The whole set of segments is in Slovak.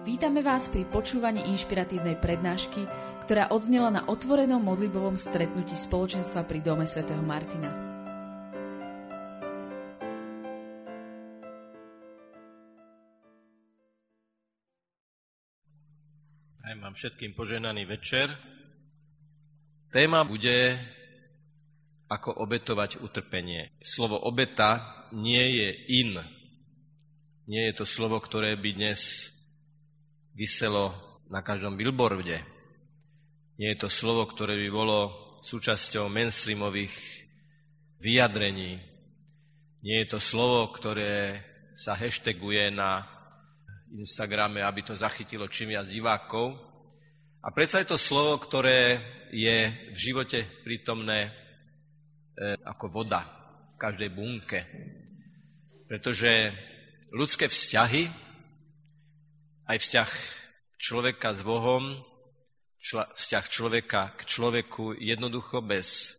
Vítame vás pri počúvaní inšpiratívnej prednášky, ktorá odznela na otvorenom modlitbovom stretnutí spoločenstva pri dome svätého Martina. Aj mám všetkým požehnaný večer. Téma bude ako obetovať utrpenie. Slovo obeta nie je in. Nie je to slovo, ktoré by dnes viselo na každom billboarde. Nie je to slovo, ktoré by bolo súčasťou mainstreamových vyjadrení. Nie je to slovo, ktoré sa hashtaguje na Instagrame, aby to zachytilo čím viac divákov. A predsa je to slovo, ktoré je v živote prítomné ako voda v každej bunke. Pretože ľudské vzťahy, aj vzťah človeka s Bohom, vzťah človeka k človeku jednoducho bez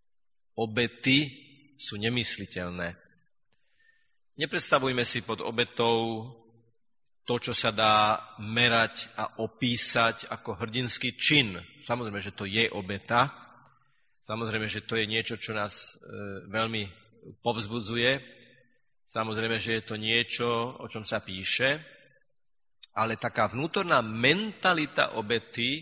obety sú nemysliteľné. Nepredstavujme si pod obetou to, čo sa dá merať a opísať ako hrdinský čin. Samozrejme, že to je obeta. Samozrejme, že to je niečo, čo nás veľmi povzbudzuje. Samozrejme, že je to niečo, o čom sa píše. Ale taká vnútorná mentalita obety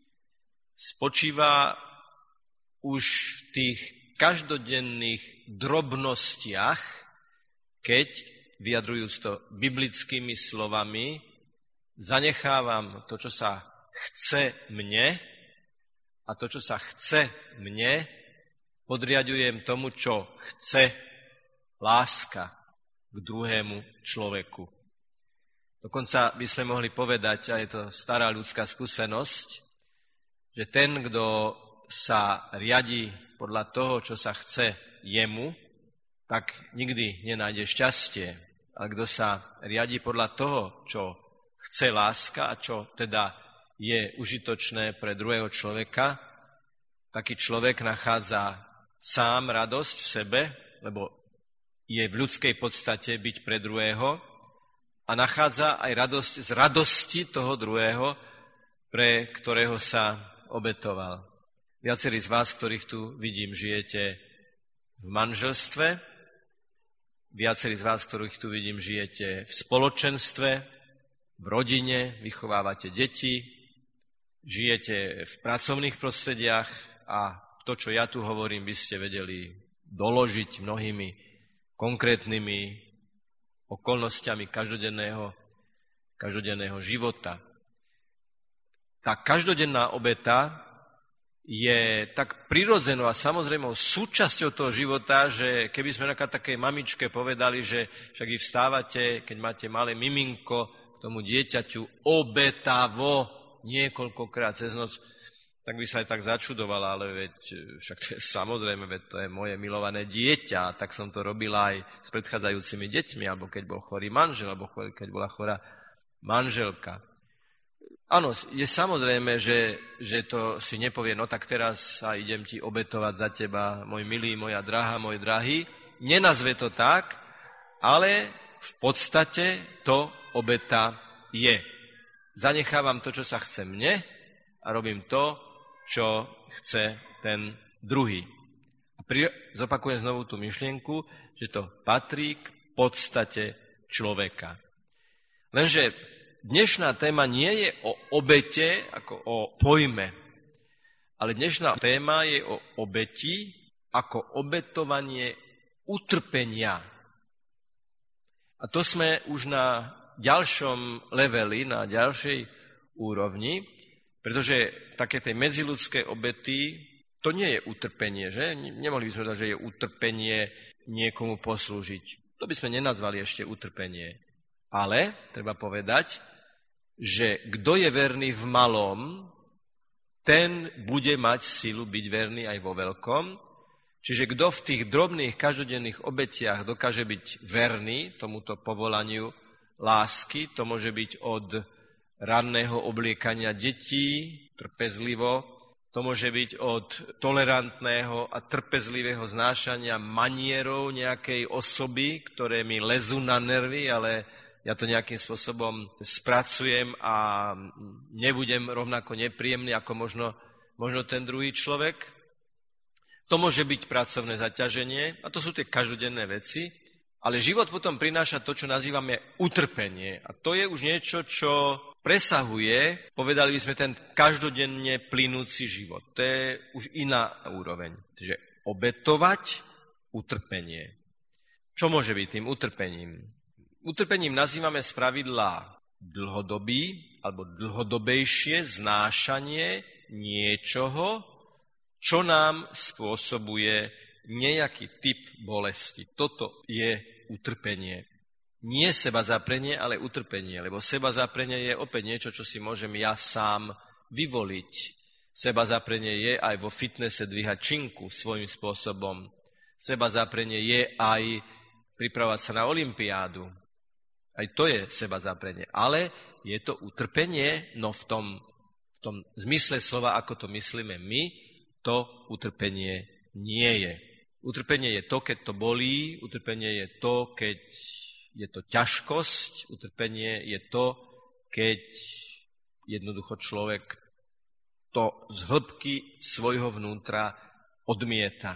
spočíva už v tých každodenných drobnostiach, keď, vyjadrujúc to biblickými slovami, zanechávam to, čo sa chce mne, a to, čo sa chce mne, podriadujem tomu, čo chce láska k druhému človeku. Dokonca by sme mohli povedať, a je to stará ľudská skúsenosť, že ten, kto sa riadi podľa toho, čo sa chce jemu, tak nikdy nenájde šťastie. Ale kto sa riadi podľa toho, čo chce láska a čo teda je užitočné pre druhého človeka, taký človek nachádza sám radosť v sebe, lebo je v ľudskej podstate byť pre druhého, a nachádza aj radosť z radosti toho druhého, pre ktorého sa obetoval. Viacerí z vás, ktorých tu vidím, žijete v manželstve, viacerí z vás, ktorých tu vidím, žijete v spoločenstve, v rodine, vychovávate deti, žijete v pracovných prostrediach a to, čo ja tu hovorím, by ste vedeli doložiť mnohými konkrétnymi okolnostiami každodenného života. Tá každodenná obeta je tak prirodzenou a samozrejmou súčasťou toho života, že keby sme takej mamičke povedali, že však vy vstávate, keď máte malé miminko, k tomu dieťaťu obetavo niekoľkokrát cez noc, tak by sa aj tak začudovala, ale veď však to je samozrejme, veď to je moje milované dieťa, tak som to robila aj s predchádzajúcimi deťmi, alebo keď bol chorý manžel, alebo keď bola chorá manželka. Áno, je samozrejme, že to si nepovie, no tak teraz sa idem ti obetovať za teba, môj milý, moja drahá, môj drahý. Nenazve to tak, ale v podstate to obeta je. Zanechávam to, čo sa chce mne a robím to, čo chce ten druhý. A zopakujem znovu tú myšlienku, že to patrí k podstate človeka. Lenže dnešná téma nie je o obete ako o pojme, ale dnešná téma je o obeti ako obetovanie utrpenia. A to sme už na ďalšom leveli, na ďalšej úrovni, pretože také tej medziľudské obety, to nie je utrpenie, že? Nemohli by sme povedať, že je utrpenie niekomu poslúžiť. To by sme nenazvali ešte utrpenie. Ale treba povedať, že kto je verný v malom, ten bude mať silu byť verný aj vo veľkom. Čiže kto v tých drobných každodenných obetiach dokáže byť verný tomuto povolaniu lásky, to môže byť od ranného obliekania detí, trpezlivo, to môže byť od tolerantného a trpezlivého znášania manierov nejakej osoby, ktoré mi lezú na nervy, ale ja to nejakým spôsobom spracujem a nebudem rovnako nepríjemný ako možno ten druhý človek. To môže byť pracovné zaťaženie a to sú tie každodenné veci, ale život potom prináša to, čo nazývame utrpenie. A to je už niečo, čo presahuje, povedali by sme, ten každodenne plynúci život. To je už iná úroveň. Takže obetovať utrpenie. Čo môže byť tým utrpením? Utrpením nazývame spravidla dlhodobý alebo dlhodobejšie znášanie niečoho, čo nám spôsobuje nejaký typ bolesti. Toto je utrpenie. Nie sebazáprenie, ale utrpenie, lebo sebazáprenie je opäť niečo, čo si môžem ja sám vyvoliť. Sebazáprenie je aj vo fitnesse dvíhať činku svojím spôsobom. Sebazáprenie je aj pripravovať sa na olympiádu. Aj to je sebazáprenie. Ale je to utrpenie, no v tom zmysle slova, ako to myslíme my, to utrpenie nie je. Utrpenie je to, keď to bolí, utrpenie je to, keď je to ťažkosť, utrpenie je to, keď jednoducho človek to z hĺbky svojho vnútra odmieta.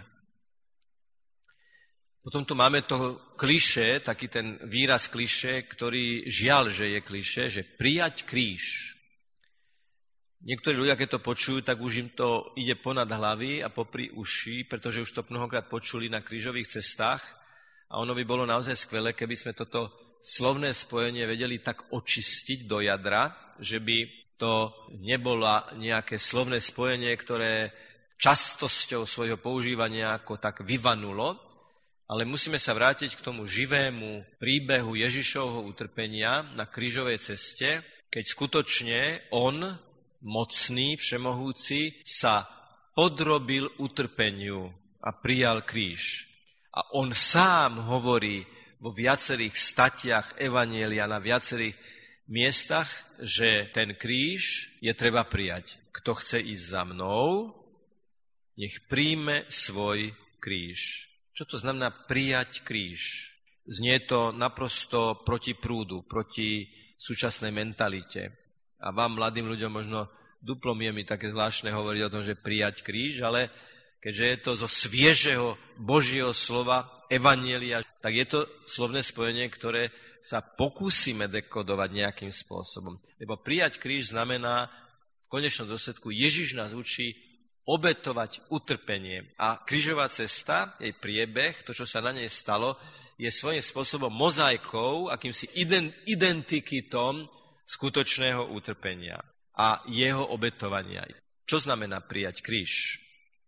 Potom tu máme to klišé, taký ten výraz klišé, ktorý žiaľ, že je klišé, že prijať kríž. Niektorí ľudia, keď to počujú, tak už im to ide ponad hlavy a popri uši, pretože už to mnohokrát počuli na krížových cestách a ono by bolo naozaj skvelé, keby sme toto slovné spojenie vedeli tak očistiť do jadra, že by to nebolo nejaké slovné spojenie, ktoré častosťou svojho používania ako tak vyvanulo, ale musíme sa vrátiť k tomu živému príbehu Ježišovho utrpenia na krížovej ceste, keď skutočne on, mocný, všemohúci, sa podrobil utrpeniu a prijal kríž. A on sám hovorí vo viacerých statiach evanjelia na viacerých miestach, že ten kríž je treba prijať. Kto chce ísť za mnou, nech príjme svoj kríž. Čo to znamená prijať kríž? Znie to naprosto proti prúdu, proti súčasnej mentalite. A vám, mladým ľuďom, možno duplom je mi také zvláštne hovoriť o tom, že prijať kríž, ale keďže je to zo sviežeho Božieho slova, evanjelia, tak je to slovné spojenie, ktoré sa pokúsime dekodovať nejakým spôsobom. Lebo prijať kríž znamená v konečnom dôsledku Ježiš nás učí obetovať utrpenie. A krížová cesta, jej priebeh, to, čo sa na nej stalo, je svojím spôsobom mozaikou, akýmsi identikitom skutočného utrpenia a jeho obetovania. Čo znamená prijať kríž?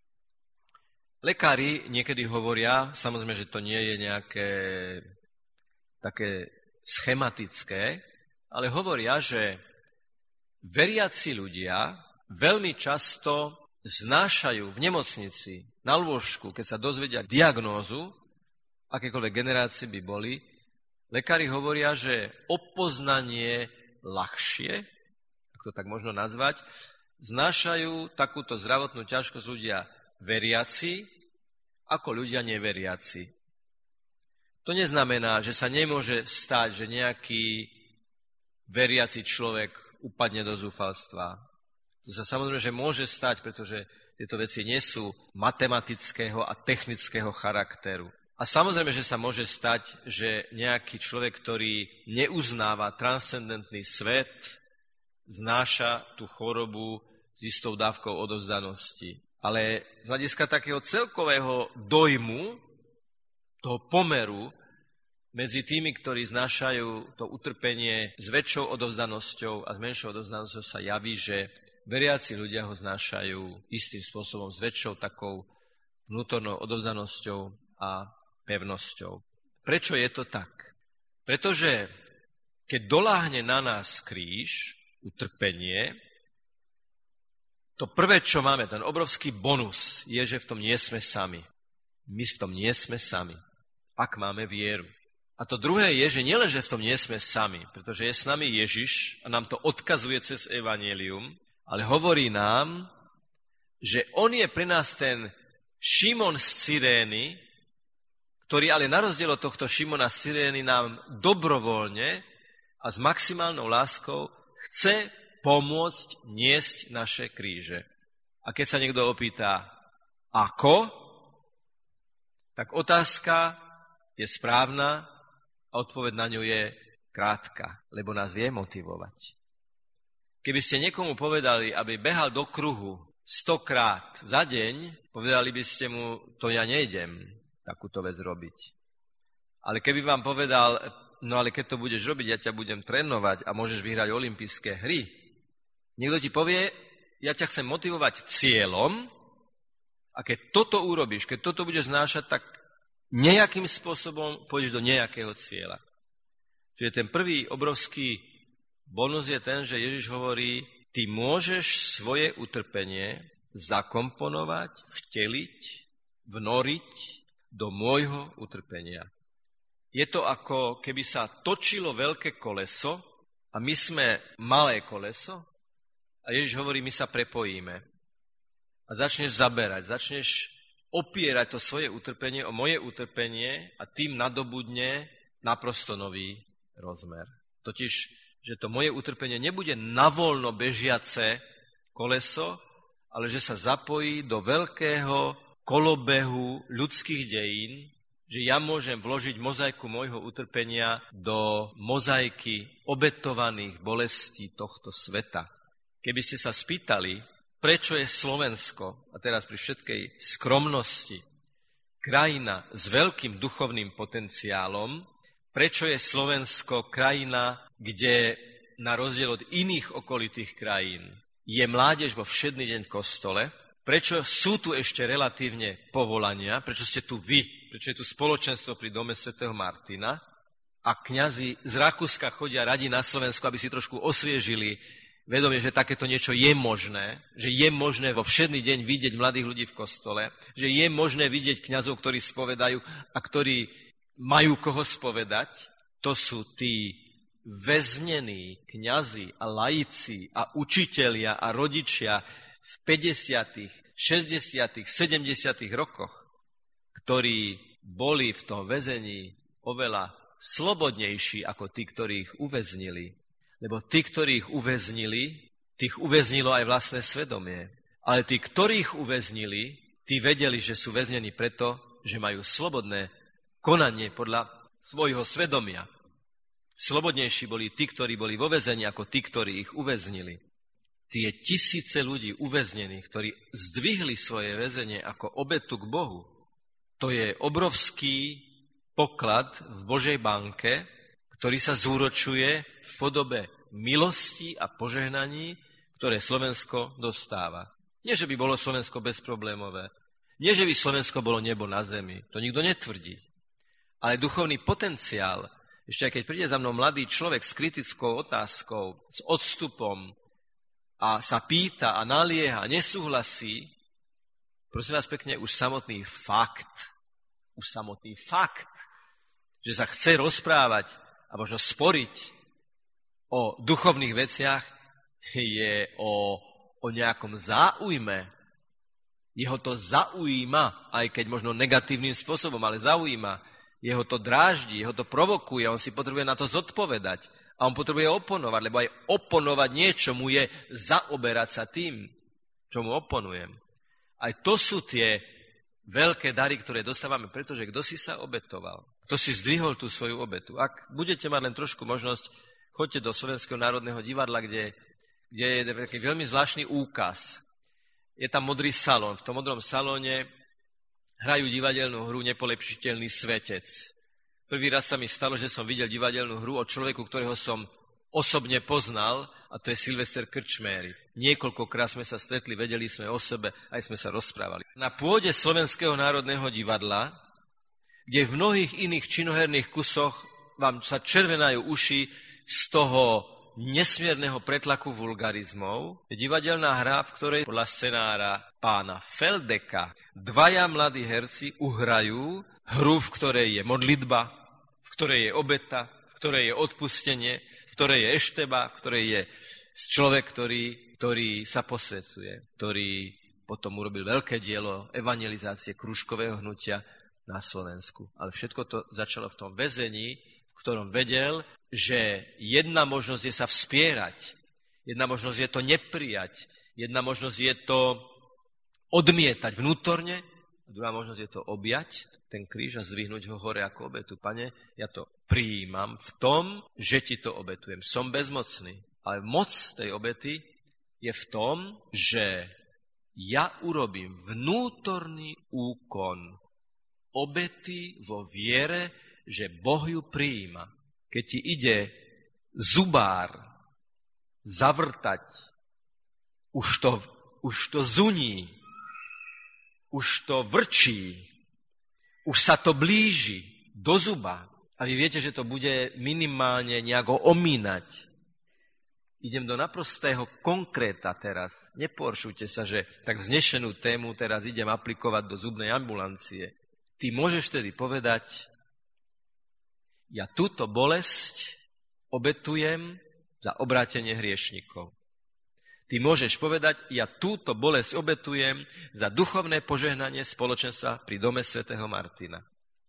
Lekári niekedy hovoria, samozrejme, že to nie je nejaké také schematické, ale hovoria, že veriaci ľudia veľmi často znášajú v nemocnici, na lôžku, keď sa dozvedia diagnózu, akékoľvek generácie by boli, lekári hovoria, že o poznanie ľahšie, ako to tak možno nazvať, znášajú takúto zdravotnú ťažkosť ľudia veriaci ako ľudia neveriaci. To neznamená, že sa nemôže stať, že nejaký veriaci človek upadne do zúfalstva. To sa samozrejme, že môže stať, pretože tieto veci nie sú matematického a technického charakteru. A samozrejme, že sa môže stať, že nejaký človek, ktorý neuznáva transcendentný svet, znáša tú chorobu s istou dávkou odovzdanosti. Ale z hľadiska takého celkového dojmu, toho pomeru medzi tými, ktorí znášajú to utrpenie s väčšou odovzdanosťou a s menšou odovzdanosťou, sa javí, že veriaci ľudia ho znášajú istým spôsobom s väčšou takou vnútornou odovzdanosťou a pevnosťou. Prečo je to tak? Pretože keď doláhne na nás kríž, utrpenie, to prvé, čo máme, ten obrovský bonus, je, že v tom nie sme sami. My v tom nie sme sami, ak máme vieru. A to druhé je, že nielen, že v tom nie sme sami, pretože je s nami Ježiš a nám to odkazuje cez evanjelium, ale hovorí nám, že on je pre nás ten Šimon z Cyrény, ktorý ale na rozdiel od tohto Šimona z Cyrény nám dobrovoľne a s maximálnou láskou chce pomôcť niesť naše kríže. A keď sa niekto opýta, ako, tak otázka je správna a odpoveď na ňu je krátka, lebo nás vie motivovať. Keby ste niekomu povedali, aby behal do kruhu 100-krát za deň, povedali by ste mu, to ja nejdem takúto vec robiť. Ale keby vám povedal, no ale keď to budeš robiť, ja ťa budem trénovať a môžeš vyhrať olympijské hry, niekto ti povie, ja ťa chcem motivovať cieľom a keď toto urobíš, keď toto budeš znášať, tak nejakým spôsobom pôjdeš do nejakého cieľa. Čiže ten prvý obrovský bonus je ten, že Ježiš hovorí, ty môžeš svoje utrpenie zakomponovať, vteliť, vnoriť do môjho utrpenia. Je to ako keby sa točilo veľké koleso a my sme malé koleso a Ježiš hovorí, my sa prepojíme. A začneš zaberať, začneš opierať to svoje utrpenie o moje utrpenie a tým nadobudne naprosto nový rozmer. Totiž, že to moje utrpenie nebude navoľno bežiace koleso, ale že sa zapojí do veľkého kolobehu ľudských dejín, že ja môžem vložiť mozaiku môjho utrpenia do mozaiky obetovaných bolestí tohto sveta. Keby ste sa spýtali, prečo je Slovensko, a teraz pri všetkej skromnosti, krajina s veľkým duchovným potenciálom, prečo je Slovensko krajina, kde na rozdiel od iných okolitých krajín je mládež vo všedný deň v kostole, prečo sú tu ešte relatívne povolania, prečo ste tu vy, prečo je tu spoločenstvo pri dome svätého Martina a kňazi z Rakúska chodia radi na Slovensku, aby si trošku osviežili vedomie, že takéto niečo je možné, že je možné vo všedný deň vidieť mladých ľudí v kostole, že je možné vidieť kňazov, ktorí spovedajú a ktorí majú koho spovedať. To sú tí väznení kňazi a laici a učitelia a rodičia v 50., 60., 70. rokoch, ktorí boli v tom väzení oveľa slobodnejší ako tí, ktorých uväznili. Lebo tí, ktorých uväznili, tých uväznilo aj vlastné svedomie. Ale tí, ktorých uväznili, tí vedeli, že sú väznení preto, že majú slobodné konanie podľa svojho svedomia. Slobodnejší boli tí, ktorí boli vo väzení, ako tí, ktorí ich uväznili. Tie tisíce ľudí uväznených, ktorí zdvihli svoje väzenie ako obetu k Bohu, to je obrovský poklad v Božej banke, ktorý sa zúročuje v podobe milosti a požehnaní, ktoré Slovensko dostáva. Nie, že by bolo Slovensko bezproblémové. Nie, že by Slovensko bolo nebo na zemi. To nikto netvrdí. Ale duchovný potenciál, ešte aj keď príde za mnou mladý človek s kritickou otázkou, s odstupom a sa pýta a nalieha, nesúhlasí, prosím vás pekne, už samotný fakt, že sa chce rozprávať a možno sporiť o duchovných veciach, je o nejakom záujme. Jeho to zaujíma, aj keď možno negatívnym spôsobom, ale zaujíma. Jeho to dráždi, jeho to provokuje, on si potrebuje na to zodpovedať. A on potrebuje oponovať, lebo aj oponovať niečomu je zaoberať sa tým, čo mu oponujem. Aj to sú tie veľké dary, ktoré dostávame, pretože kto si sa obetoval, kto si zdvihol tú svoju obetu. Ak budete mať len trošku možnosť, choďte do Slovenského národného divadla, kde je taký veľmi zvláštny úkaz. Je tam modrý salón. V tom modrom salóne hrajú divadelnú hru Nepolepšiteľný svetec. Prvý raz sa mi stalo, že som videl divadelnú hru od človeku, ktorého som osobne poznal, a to je Silvester Krčméry. Niekoľkokrát sme sa stretli, vedeli sme o sebe, aj sme sa rozprávali. Na pôde Slovenského národného divadla, kde v mnohých iných činoherných kusoch vám sa červenajú uši z toho nesmierneho pretlaku vulgarizmov, je divadelná hra, v ktorej podľa scenára pána Feldeka dvaja mladí herci uhrajú hru, v ktorej je modlitba, v ktorej je obeta, v ktorej je odpustenie, v ktorej je ešteba, v ktorej je človek, ktorý sa posvecuje, ktorý potom urobil veľké dielo evangelizácie krúžkového hnutia na Slovensku. Ale všetko to začalo v tom väzení, v ktorom vedel, že jedna možnosť je sa vspierať, jedna možnosť je to neprijať, jedna možnosť je to odmietať vnútorne, a druhá možnosť je to objať ten kríž a zdvihnúť ho hore ako obetu. Pane, ja to prijímam v tom, že ti to obetujem. Som bezmocný, ale moc tej obety je v tom, že ja urobím vnútorný úkon obety vo viere, že Boh ju prijíma. Keď ti ide zubár zavrtať, už to zuní, už to vrčí, už sa to blíži do zuba. A vy viete, že to bude minimálne nejako omínať. Idem do naprostého konkréta teraz. Neporšujte sa, že tak vznešenú tému teraz idem aplikovať do zubnej ambulancie. Ty môžeš tedy povedať, ja túto bolesť obetujem za obrátenie hriešnikov. Ty môžeš povedať, ja túto bolesť obetujem za duchovné požehnanie spoločenstva pri dome svätého Martina.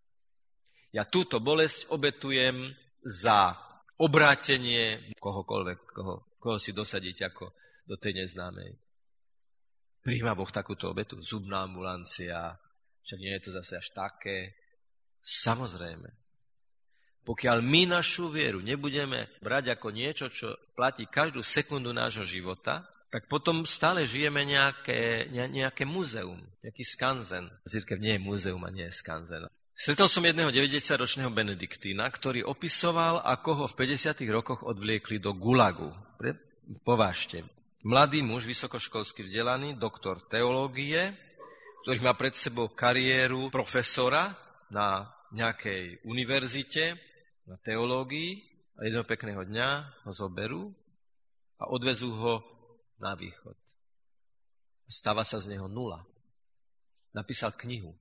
Ja túto bolesť obetujem za obrátenie kohokoľvek, koho si dosadiť ako do tej neznámej. Prijíma Boh takúto obetu? Zubná ambulancia, však nie je to zase až také. Samozrejme. Pokiaľ my našu vieru nebudeme brať ako niečo, čo platí každú sekundu nášho života, tak potom stále žijeme nejaké múzeum, nejaký skanzen. Cirkev nie je múzeum a nie je skanzen. Stretol som jedného 90-ročného Benediktína, ktorý opisoval, ako ho v 50. rokoch odvliekli do gulagu. Povážte. Mladý muž, vysokoškolsky vzdelaný, doktor teológie, ktorý má pred sebou kariéru profesora na nejakej univerzite, na teológii, a jedného pekného dňa ho zoberú a odvezú ho na východ. Stáva sa z neho nula. Napísal knihu.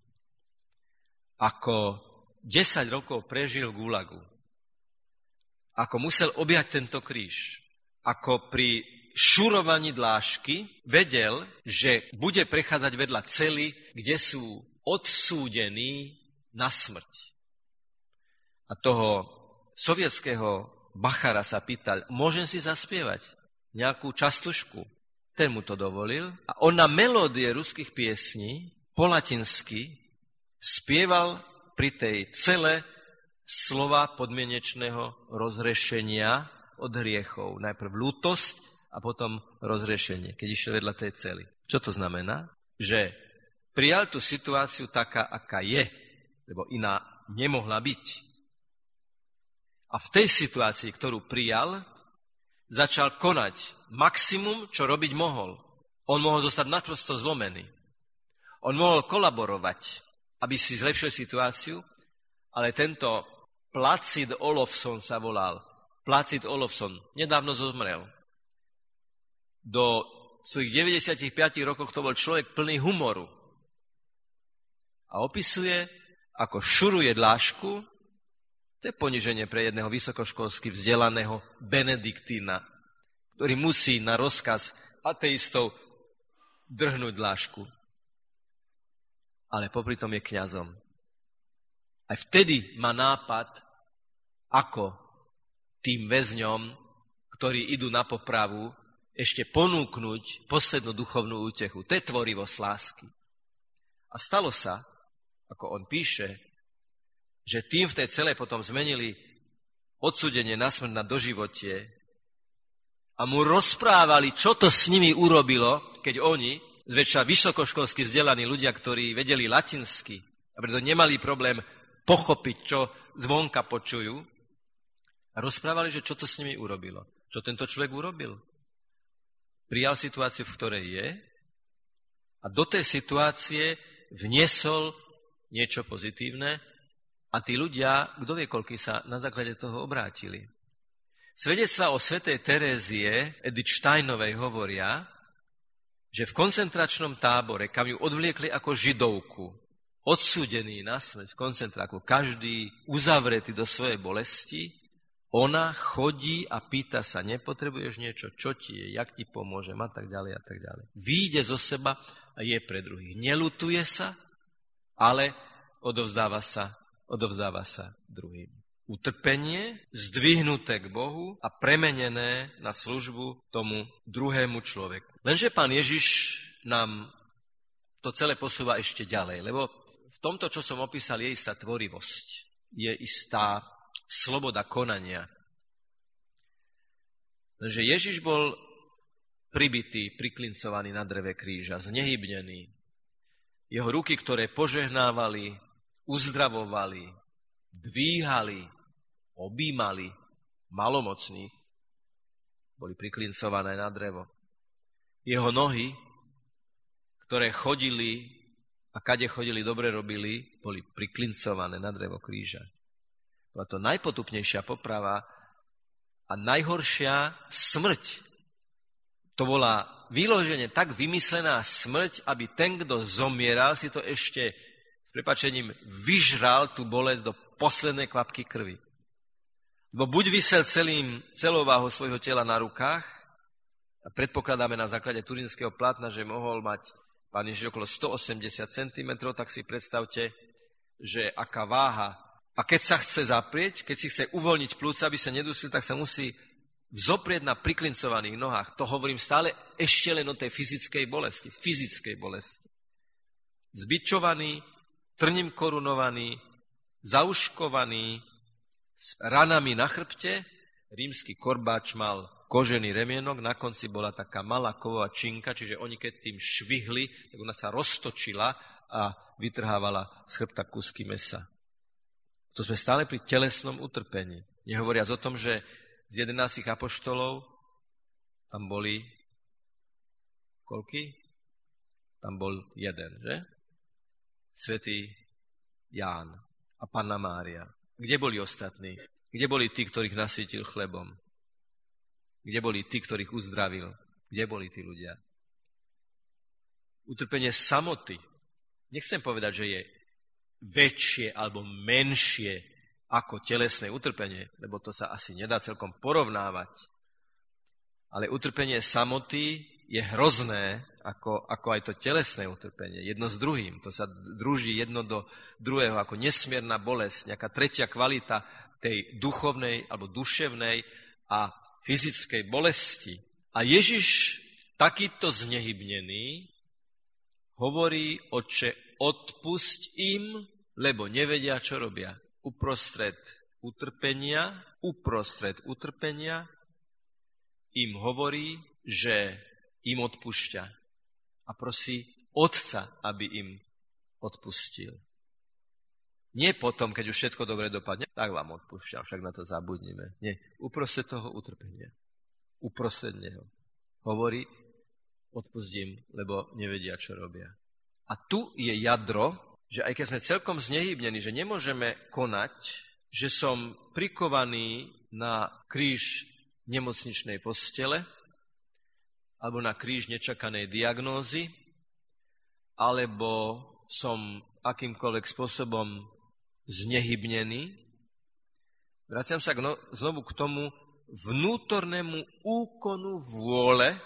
Ako 10 rokov prežil v gulagu. Ako musel objať tento kríž. Ako pri šurovaní dlášky vedel, že bude prechádzať vedľa cely, kde sú odsúdení na smrť. A toho sovietského bachara sa pýtal, môžem si zaspievať nejakú častušku? Ten mu to dovolil a on na melódie ruských piesní po latinsky spieval pri tej cele slova podmienečného rozhrešenia od hriechov. Najprv lútosť a potom rozhrešenie, keď išiel vedľa tej cely. Čo to znamená? Že prijal tú situáciu taká, aká je, lebo iná nemohla byť. A v tej situácii, ktorú prijal, začal konať maximum, čo robiť mohol. On mohol zostať naprosto zlomený. On mohol kolaborovať, aby si zlepšil situáciu, ale tento Placid Olofsson sa volal. Placid Olofsson nedávno zomrel. Do svojich 95 rokov to bol človek plný humoru. A opisuje, ako šuruje dlášku. To je poniženie pre jedného vysokoškolsky vzdelaného Benediktína, ktorý musí na rozkaz ateistov drhnúť dlášku. Ale popri tom je kňazom. Aj vtedy má nápad, ako tým väzňom, ktorí idú na popravu, ešte ponúknuť poslednú duchovnú útechu. To je tvorivosť lásky. A stalo sa, ako on píše, že tým v tej celé potom zmenili odsúdenie na smrť na doživotie a mu rozprávali, čo to s nimi urobilo, keď oni, zväčša vysokoškolsky vzdelaní ľudia, ktorí vedeli latinsky a preto nemali problém pochopiť, čo zvonka počujú, a rozprávali, že čo to s nimi urobilo. Čo tento človek urobil? Prijal situáciu, v ktorej je, a do tej situácie vniesol niečo pozitívne, a tí ľudia, kto vie, koľký sa na základe toho obrátili. Svedectvá o svätej Terézie Edith Steinovej hovoria, že v koncentračnom tábore, kam ju odvliekli ako židovku, odsúdený na smrť v koncentráku, každý uzavretý do svojej bolesti, ona chodí a pýta sa, nepotrebuješ niečo, čo ti je, jak ti pomôžem a tak ďalej a tak ďalej. Vyjde zo seba a je pre druhých. Neľutuje sa, ale odovzdáva sa druhým. utrpenie zdvihnuté k Bohu a premenené na službu tomu druhému človeku. Lenže Pán Ježiš nám to celé posúva ešte ďalej, lebo v tomto, čo som opísal, je istá tvorivosť, je istá sloboda konania. Lenže Ježiš bol pribitý, priklincovaný na dreve kríža, znehybnený. Jeho ruky, ktoré požehnávali, uzdravovali, dvíhali, objímali malomocných, boli priklincované na drevo. Jeho nohy, ktoré chodili a kade chodili, dobre robili, boli priklincované na drevo kríža. Bola to najpotupnejšia poprava a najhoršia smrť. To bola vyložene tak vymyslená smrť, aby ten, kto zomieral, si to ešte s prepáčením vyžral tú bolesť do poslednej kvapky krvi. Lebo buď visel celou váhou svojho tela na rukách, a predpokladáme na základe turínskeho plátna, že mohol mať Pán Ježiš okolo 180 cm, tak si predstavte, že aká váha. A keď sa chce zaprieť, keď si chce uvoľniť pľúca, aby sa nedusil, tak sa musí vzoprieť na priklincovaných nohách. To hovorím stále ešte len o tej fyzickej bolesti. Zbičovaný, trním korunovaný, zauškovaný, s ranami na chrbte. Rímsky korbáč mal kožený remienok, na konci bola taká malá kovová činka, čiže oni keď tým švihli, tak ona sa roztočila a vytrhávala z chrbta kúsky mäsa. To sme stále pri telesnom utrpení. Nehovoriac o tom, že z 11 apoštolov tam boli koľky? Tam bol jeden, že? Svätý Ján a Panna Mária. Kde boli ostatní? Kde boli tí, ktorých nasýtil chlebom? Kde boli tí, ktorých uzdravil? Kde boli tí ľudia? Utrpenie samoty. Nechcem povedať, že je väčšie alebo menšie ako telesné utrpenie, lebo to sa asi nedá celkom porovnávať. Ale utrpenie samoty je hrozné, ako aj to telesné utrpenie. Jedno s druhým. To sa druží jedno do druhého ako nesmierna bolesť, nejaká tretia kvalita tej duchovnej alebo duševnej a fyzickej bolesti. A Ježiš, takýto znehybnený, hovorí: Otče, odpusť im, lebo nevedia, čo robia. Uprostred utrpenia im hovorí, že im odpúšťa. A prosí Otca, aby im odpustil. Nie potom, keď už všetko dobre dopadne, tak vám odpúšťam, však na to zabudnime. Nie, uprostred toho utrpenia. Uprostred neho. Hovorí: odpustím, lebo nevedia, čo robia. A tu je jadro, že aj keď sme celkom znehybnení, že nemôžeme konať, že som prikovaný na kríž nemocničnej postele alebo na kríž nečakanej diagnózy, alebo som akýmkoľvek spôsobom znehybnený. Vraciam sa znovu k tomu vnútornému úkonu vôle,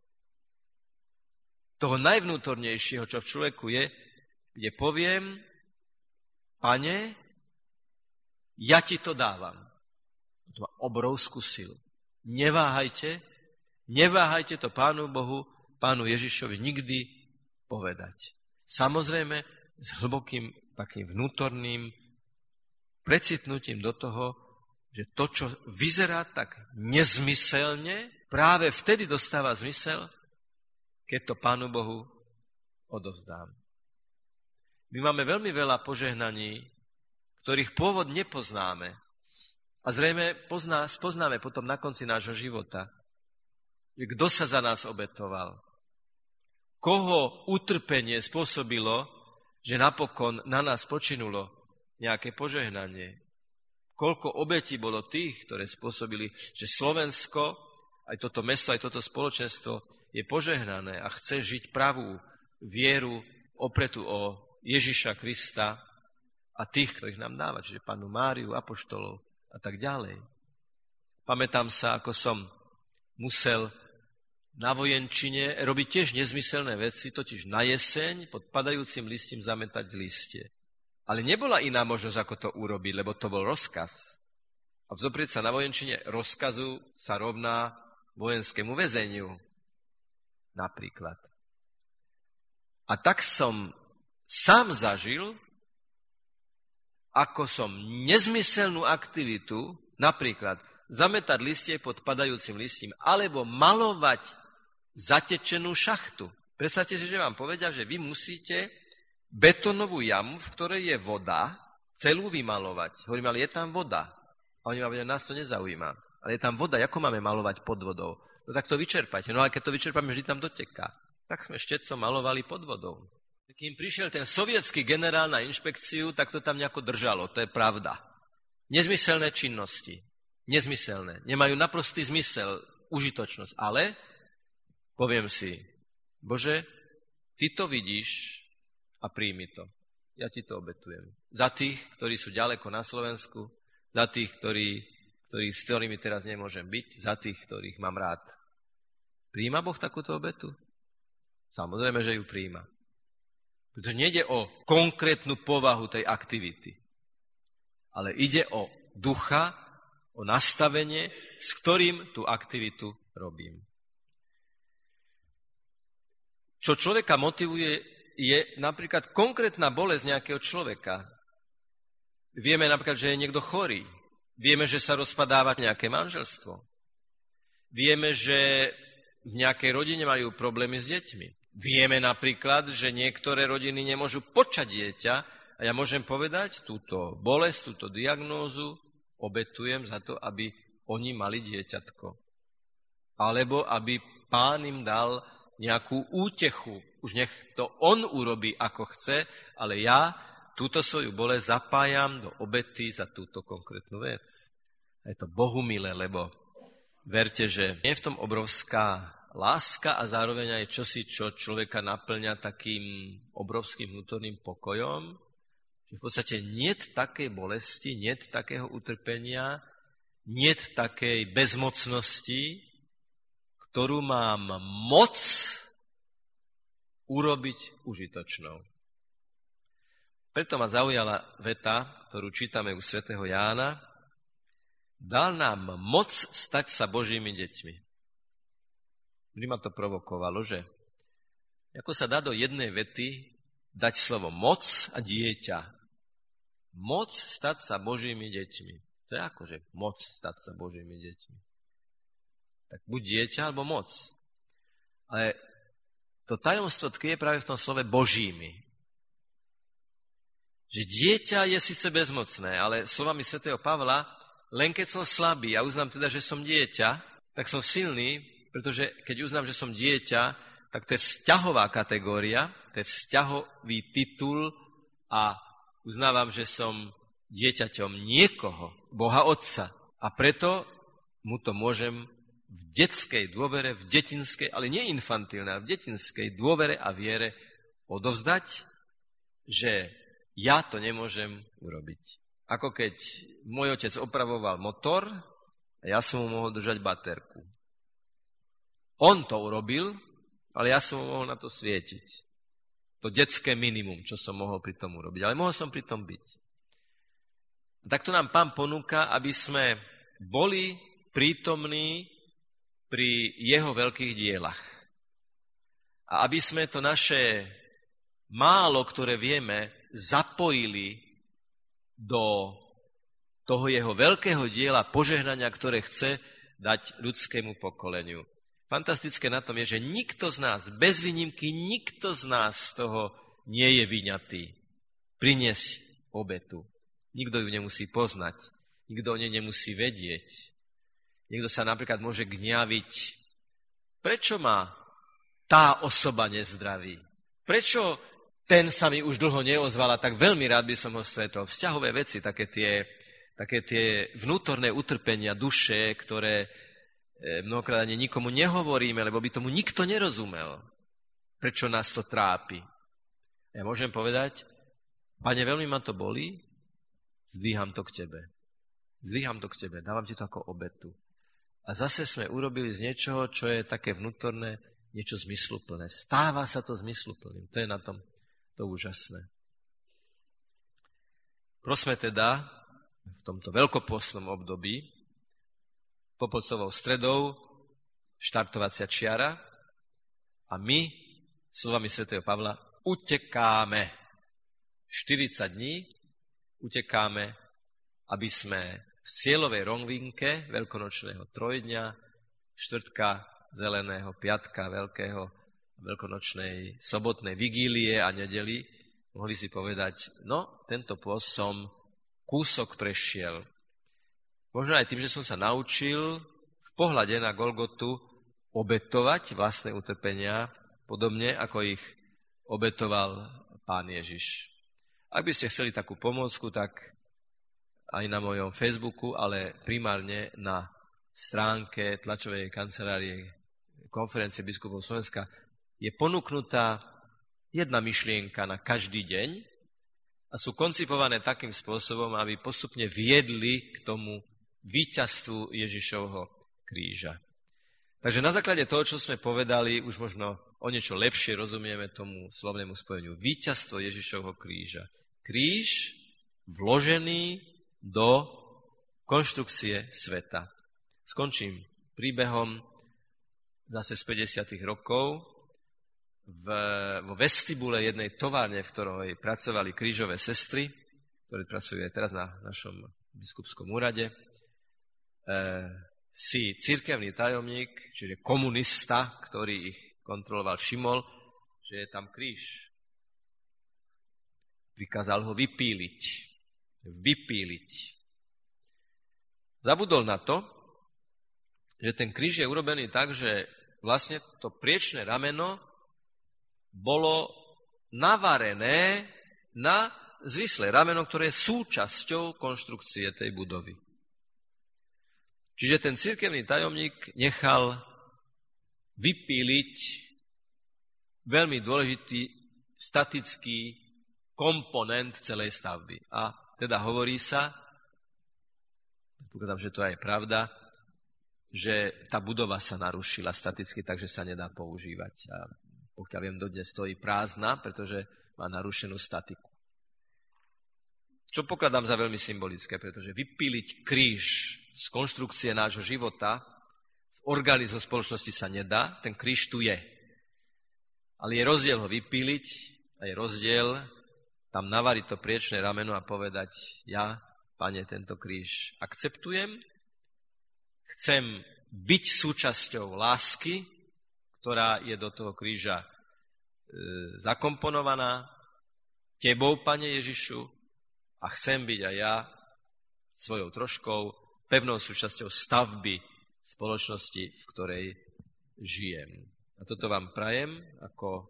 toho najvnútornejšieho, čo v človeku je, kde poviem: Pane, ja ti to dávam. To má obrovskú silu. Neváhajte to Pánu Bohu, Pánu Ježišovi nikdy povedať. Samozrejme s hlbokým takým vnútorným precitnutím do toho, že to, čo vyzerá tak nezmyselne, práve vtedy dostáva zmysel, keď to Pánu Bohu odovzdám. My máme veľmi veľa požehnaní, ktorých pôvod nepoznáme. A zrejme spoznáme potom na konci nášho života, že kto sa za nás obetoval, koho utrpenie spôsobilo, že napokon na nás počinulo nejaké požehnanie. Koľko obetí bolo tých, ktoré spôsobili, že Slovensko, aj toto mesto, aj toto spoločenstvo je požehnané a chce žiť pravú vieru opretú o Ježiša Krista a tých, ktorých nám dáva, čiže Pannu Máriu, apoštolov a tak ďalej. Pamätám sa, ako som musel na vojenčine robiť tiež nezmyselné veci, totiž na jeseň pod padajúcim listím zametať listie. Ale nebola iná možnosť, ako to urobiť, lebo to bol rozkaz. A vzoprieť sa na vojenčine rozkazu sa rovná vojenskému väzeniu. Napríklad. A tak som sám zažil, ako som nezmyselnú aktivitu, napríklad zametať listie pod padajúcim listím, alebo malovať zatečenú šachtu. Predstavte si, že vám povedia, že vy musíte betónovú jamu, v ktorej je voda, celú vymalovať. Hovorím, ale je tam voda. A oni vám povedia, nás to nezaujíma. Ale je tam voda, ako máme malovať pod vodou? No tak to vyčerpajte. No ale keď to vyčerpáme, vždy tam doteká. Tak sme štecom malovali pod vodou. Kým prišiel ten sovietský generál na inšpekciu, tak to tam nejako držalo. To je pravda. Nezmyselné činnosti. Nezmyselné. Nemajú naprostý zmysel, užitočnosť. Ale poviem si, Bože, ty to vidíš a príjmi to. Ja ti to obetujem. Za tých, ktorí sú ďaleko na Slovensku, za tých, s ktorými teraz nemôžem byť, za tých, ktorých mám rád. Prijíma Boh takúto obetu? Samozrejme, že ju prijíma. Pretože nejde o konkrétnu povahu tej aktivity, ale ide o ducha, o nastavenie, s ktorým tú aktivitu robím. Čo človeka motivuje, je napríklad konkrétna bolesť nejakého človeka. Vieme napríklad, že je niekto chorý. Vieme, že sa rozpadáva nejaké manželstvo. Vieme, že v nejakej rodine majú problémy s deťmi. Vieme napríklad, že niektoré rodiny nemôžu počať dieťa a ja môžem povedať, túto bolesť, túto diagnózu obetujem za to, aby oni mali dieťatko. Alebo aby Pán im dal nejakú útechu. Už nech to on urobí, ako chce, ale ja túto svoju bolesť zapájam do obety za túto konkrétnu vec. A je to Bohu milé, lebo verte, že je v tom obrovská láska a zároveň aj čosi, čo človeka naplňa takým obrovským vnútorným pokojom, že v podstate niet takej bolesti, niet takého utrpenia, niet takej bezmocnosti, ktorú mám moc urobiť užitočnou. Preto ma zaujala veta, ktorú čítame u svätého Jána. Dal nám moc stať sa Božími deťmi. Vždy ma to provokovalo, že ako sa dá do jednej vety dať slovo moc a dieťa. Moc stať sa Božími deťmi. To je akože moc stať sa Božími deťmi. Tak buď dieťa, alebo moc. Ale to tajomstvo tkvie práve v tom slove Božími. Že dieťa je síce bezmocné, ale slovami svätého Pavla, len keď som slabý a uznám teda, že som dieťa, tak som silný, pretože keď uznám, že som dieťa, tak to je vzťahová kategória, to je vzťahový titul a uznávam, že som dieťaťom niekoho, Boha Otca. A preto mu to môžem v detskej dôvere, v detinskej, ale nie infantilnej, ale v detinskej dôvere a viere odovzdať, že ja to nemôžem urobiť. Ako keď môj otec opravoval motor a ja som mu mohol držať baterku. On to urobil, ale ja som mu mohol na to svietiť. To detské minimum, čo som mohol pri tom urobiť. Ale mohol som pri tom byť. A takto nám Pán ponúka, aby sme boli prítomní pri jeho veľkých dielach. A aby sme to naše málo, ktoré vieme, zapojili do toho jeho veľkého diela požehnania, ktoré chce dať ľudskému pokoleniu. Fantastické na tom je, že nikto z nás, bez výnimky, nikto z nás z toho nie je vyňatý. Priniesť obetu. Nikto ju nemusí poznať. Nikto o nej nemusí vedieť. Niekto sa napríklad môže gňaviť. Prečo ma tá osoba nezdraví? Prečo ten sa mi už dlho neozval a tak veľmi rád by som ho stretol? Vzťahové veci, také tie vnútorné utrpenia duše, ktoré mnohokrát ani nikomu nehovoríme, lebo by tomu nikto nerozumel. Prečo nás to trápi? Ja môžem povedať, Pane, veľmi ma to bolí, zdvíham to k Tebe. Zdvíham to k Tebe, dávam Ti to ako obetu. A zase sme urobili z niečoho, čo je také vnútorné, niečo zmysluplné. Stáva sa to zmysluplným. To je na tom to úžasné. Prosme teda v tomto veľkopôstnom období, popolcovou stredou, štartovacia čiara a my, slovami svätého Pavla, utekáme. 40 dní utekáme, aby sme v cieľovej rovninke veľkonočného trojdňa, štvrtka, zeleného, piatka, veľkonočnej sobotnej vigílie a nedeli mohli si povedať, no, tento pôst som kúsok prešiel. Možno aj tým, že som sa naučil v pohľade na Golgotu obetovať vlastné utrpenia, podobne ako ich obetoval Pán Ježiš. Ak by ste chceli takú pomôcku, tak aj na mojom Facebooku, ale primárne na stránke tlačovej kancelárie Konferencie biskupov Slovenska je ponúknutá jedna myšlienka na každý deň a sú koncipované takým spôsobom, aby postupne viedli k tomu víťazstvu Ježišovho kríža. Takže na základe toho, čo sme povedali, už možno o niečo lepšie rozumieme tomu slovnému spojeniu. Víťazstvo Ježišovho kríža. Kríž vložený do konštrukcie sveta. Skončím príbehom zase z 50. rokov. Vo vestibule jednej továrne, v ktorej pracovali krížové sestry, ktoré pracujú aj teraz na našom biskupskom úrade, si cirkevný tajomník, čiže komunista, ktorý ich kontroloval, všimol, že je tam kríž. Prikázal ho vypíliť. Zabudol na to, že ten kríž je urobený tak, že vlastne to priečné rameno bolo navarené na zvislé rameno, ktoré je súčasťou konštrukcie tej budovy. Čiže ten cirkevný tajomník nechal vypíliť veľmi dôležitý statický komponent celej stavby. A teda hovorí sa, predpokladám, že to je pravda, že tá budova sa narušila staticky, takže sa nedá používať. A pokiaľ viem, dodnes stojí prázdna, pretože má narušenú statiku. Čo pokladám za veľmi symbolické, pretože vypíliť kríž z konštrukcie nášho života, z organizmu spoločnosti sa nedá, ten kríž tu je. Ale je rozdiel ho vypíliť a je rozdiel tam navariť to priečné rameno a povedať, ja, Pane, tento kríž akceptujem, chcem byť súčasťou lásky, ktorá je do toho kríža zakomponovaná, tebou, Pane Ježišu, a chcem byť aj ja svojou troškou pevnou súčasťou stavby spoločnosti, v ktorej žijem. A toto vám prajem ako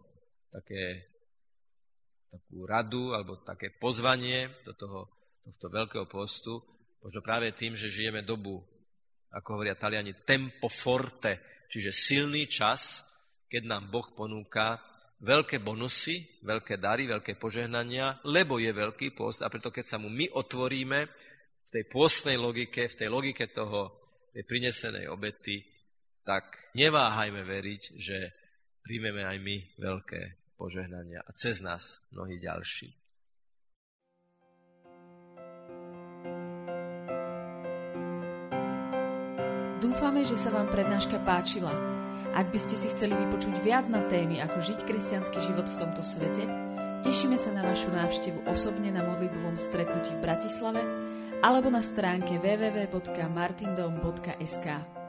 takú radu alebo také pozvanie do tohto veľkého postu, možno práve tým, že žijeme dobu, ako hovoria Taliani, tempo forte, čiže silný čas, keď nám Boh ponúka veľké bonusy, veľké dary, veľké požehnania, lebo je veľký pôst a preto keď sa mu my otvoríme v tej pôstnej logike, v tej logike tej prinesenej obety, tak neváhajme veriť, že príjmeme aj my veľké požehnania a cez nás mnohí ďalší. Dúfame, že sa vám prednáška páčila. Ak by ste si chceli vypočuť viac na témy, ako žiť kresťanský život v tomto svete, tešíme sa na vašu návštevu osobne na modlitbovom stretnutí v Bratislave alebo na stránke www.martindom.sk.